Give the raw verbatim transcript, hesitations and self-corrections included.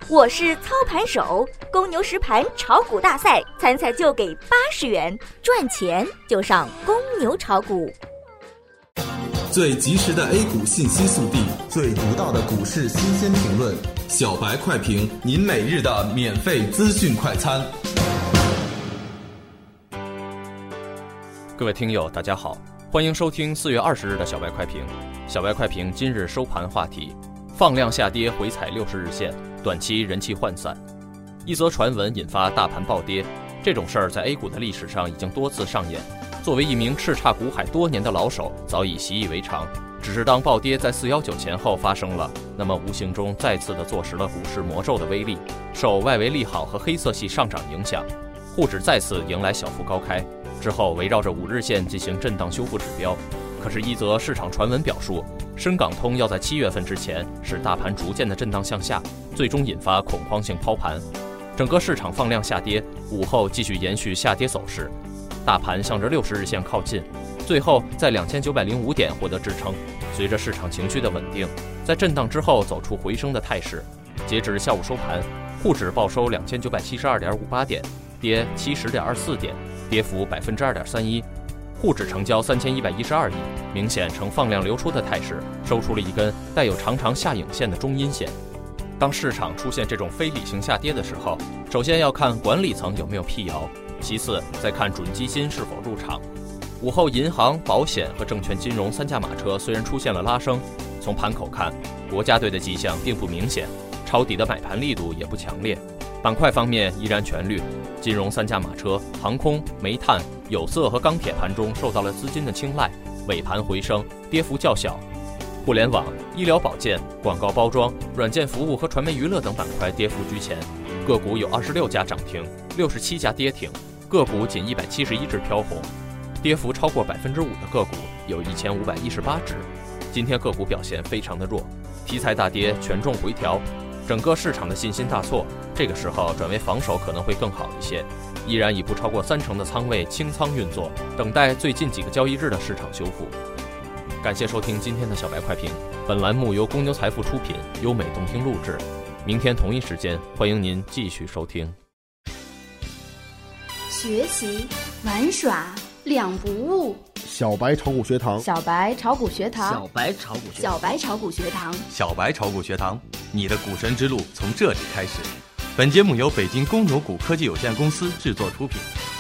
我是操盘手，公牛实盘炒股大赛，参赛就给八十元，赚钱就上公牛炒股。 最及时的 A 股信息速递， 最独到的股市新鲜评论， 小白快评，您每日的免费资讯快餐。 各位听友大家好，欢迎收听四月二十日的小白快评。小白快评今日收盘话题：放量下跌回踩六十日线，短期人气涣散。一则传闻引发大盘暴跌，这种事儿在 A 股的历史上已经多次上演。作为一名叱咤股海多年的老手，早已习以为常。只是当暴跌在四一九前后发生了，那么无形中再次的坐实了股市魔咒的威力。受外围利好和黑色系上涨影响，沪指再次迎来小幅高开，之后围绕着五日线进行震荡修复指标。可是，一则市场传闻表述，深港通要在七月份之前使大盘逐渐的震荡向下，最终引发恐慌性抛盘，整个市场放量下跌，午后继续延续下跌走势。大盘向着六十日线靠近，最后在两千九百零五点获得支撑。随着市场情绪的稳定，在震荡之后走出回升的态势。截至下午收盘，沪指报收两千九百七十二点五八点，跌七十点二四点，跌幅百分之二点三一。沪指成交三千一百一十二亿，明显呈放量流出的态势，收出了一根带有长长下影线的中阴线。当市场出现这种非理性下跌的时候，首先要看管理层有没有辟谣，其次再看准基金是否入场。午后银行、保险和证券金融三驾马车虽然出现了拉升，从盘口看，国家队的迹象并不明显，抄底的买盘力度也不强烈。板块方面依然全绿，金融三驾马车、航空、煤炭、有色和钢铁盘中受到了资金的青睐，尾盘回升，跌幅较小。互联网、医疗保健、广告包装、软件服务和传媒娱乐等板块跌幅居前，个股有二十六家涨停，六十七家跌停，个股仅一百七十一只飘红，跌幅超过百分之五的个股有一千五百一十八只。今天个股表现非常的弱，题材大跌，权重回调，整个市场的信心大挫，这个时候转为防守可能会更好一些，依然以不超过三成的仓位清仓运作，等待最近几个交易日的市场修复。感谢收听今天的小白快评，本栏目由公牛财富出品，优美动听录制。明天同一时间，欢迎您继续收听。 学习、玩耍两不误。 小白炒股学堂， 小白炒股学堂， 小白炒股学堂， 小白炒股学堂， 小白炒股学堂，你的股神之路从这里开始。本节目由北京公牛股科技有限公司制作出品。